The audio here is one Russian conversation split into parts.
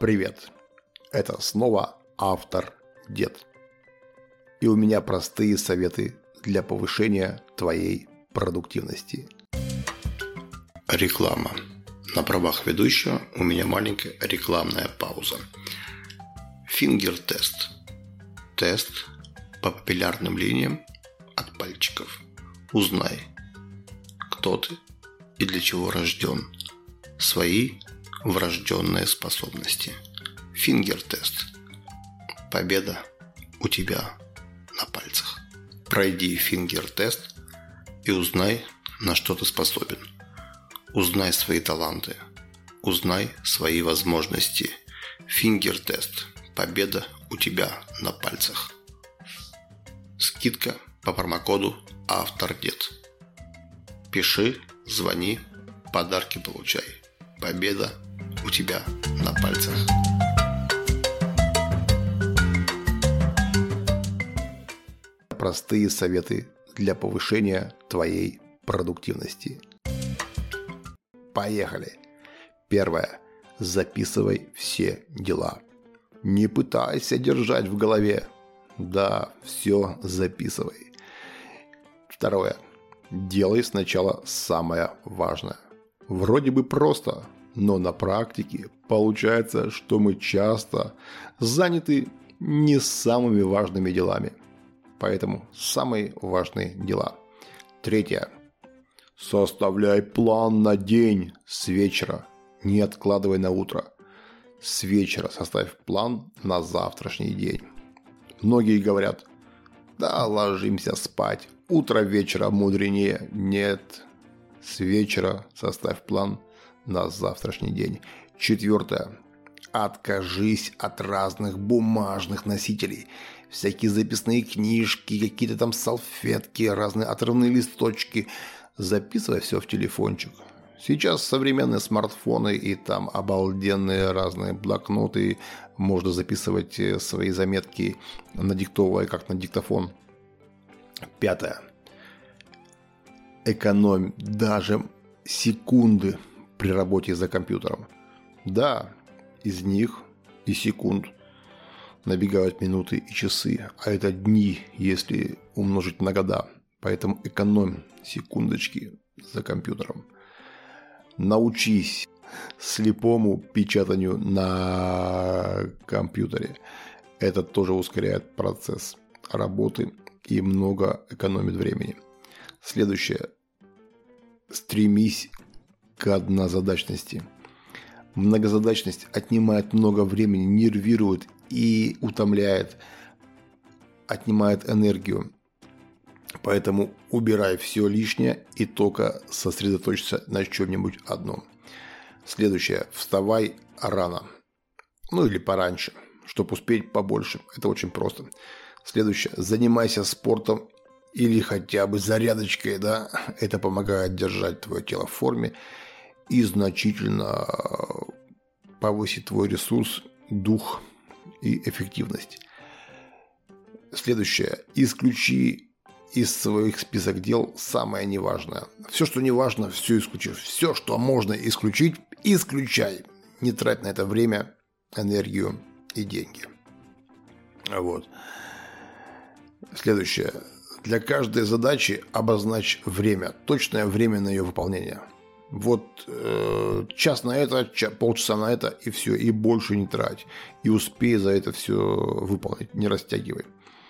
Привет! Это снова автор Дед. И у меня простые советы для повышения твоей продуктивности. Реклама. На правах ведущего у меня маленькая рекламная пауза. Фингер-тест. Тест по папиллярным линиям от пальчиков. Узнай, кто ты и для чего рожден. Свои врожденные способности. Фингер-тест. Победа у тебя на пальцах. Пройди фингер-тест и узнай, на что ты способен. Узнай свои таланты. Узнай свои возможности. Фингер-тест. Победа у тебя на пальцах. Скидка по промокоду АВТОРДЕД. Пиши, звони, подарки получай. Победа у тебя на пальцах. Простые советы для повышения твоей продуктивности. Поехали! Первое. Записывай все дела. Не пытайся держать в голове. Да, все записывай. Второе. Делай сначала самое важное. Вроде бы просто, но на практике получается, что мы часто заняты не самыми важными делами. Поэтому самые важные дела. Третье. Составляй план на день с вечера. Не откладывай на утро. С вечера составь план на завтрашний день. Многие говорят: да, ложимся спать. Утро вечера мудренее. Нет. С вечера составь план на завтрашний день. Четвертое. Откажись от разных бумажных носителей. Всякие записные книжки, какие-то там салфетки, разные отрывные листочки. Записывай все в телефончик. Сейчас современные смартфоны и там обалденные разные блокноты. Можно записывать свои заметки, надиктовывая как на диктофон. Пятое. Экономь даже секунды при работе за компьютером. Да, из них и секунд набегают минуты и часы, а это дни, если умножить на года. Поэтому экономь секундочки за компьютером. Научись слепому печатанию на компьютере. Это тоже ускоряет процесс работы и много экономит времени. Следующее. Стремись к однозадачности. Многозадачность отнимает много времени, нервирует и утомляет, отнимает энергию. Поэтому убирай все лишнее и только сосредоточься на чем-нибудь одном. Следующее. Вставай рано. Или пораньше, чтобы успеть побольше. Это очень просто. Следующее. Занимайся спортом или хотя бы зарядочкой. Да? Это помогает держать твое тело в форме и значительно повысит твой ресурс, дух и эффективность. Следующее. Исключи из своих список дел самое неважное. Все, что не важно, все исключи. Все, что можно исключить, исключай. Не трать на это время, энергию и деньги. Вот. Следующее. Для каждой задачи обозначь время. Точное время на ее выполнение. Вот час на это, полчаса на это, и все. И больше не трать. И успей за это все выполнить. Не растягивай.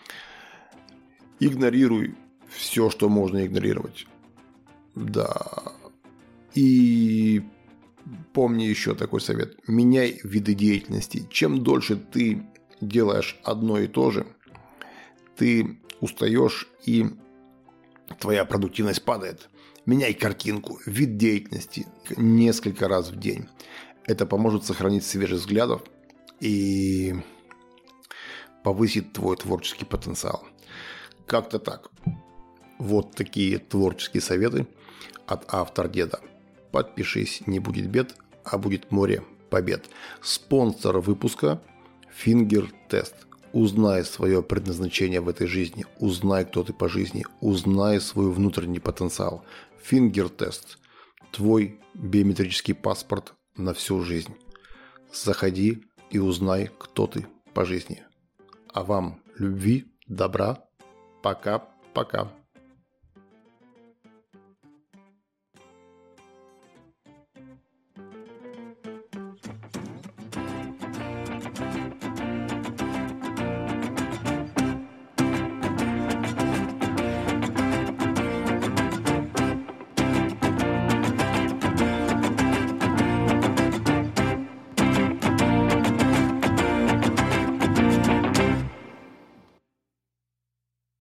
Игнорируй все, что можно игнорировать. Да. И помни еще такой совет. Меняй виды деятельности. Чем дольше ты делаешь одно и то же, ты устаешь и твоя продуктивность падает. Меняй картинку, вид деятельности несколько раз в день. Это поможет сохранить свежесть взглядов и повысит твой творческий потенциал. Как-то так. Вот такие творческие советы от АВТОРДЕДа. Подпишись, не будет бед, а будет море побед. Спонсор выпуска Фингер-тест. Узнай свое предназначение в этой жизни. Узнай, кто ты по жизни. Узнай свой внутренний потенциал. Фингер-тест. Твой биометрический паспорт на всю жизнь. Заходи и узнай, кто ты по жизни. А вам любви, добра. Пока-пока.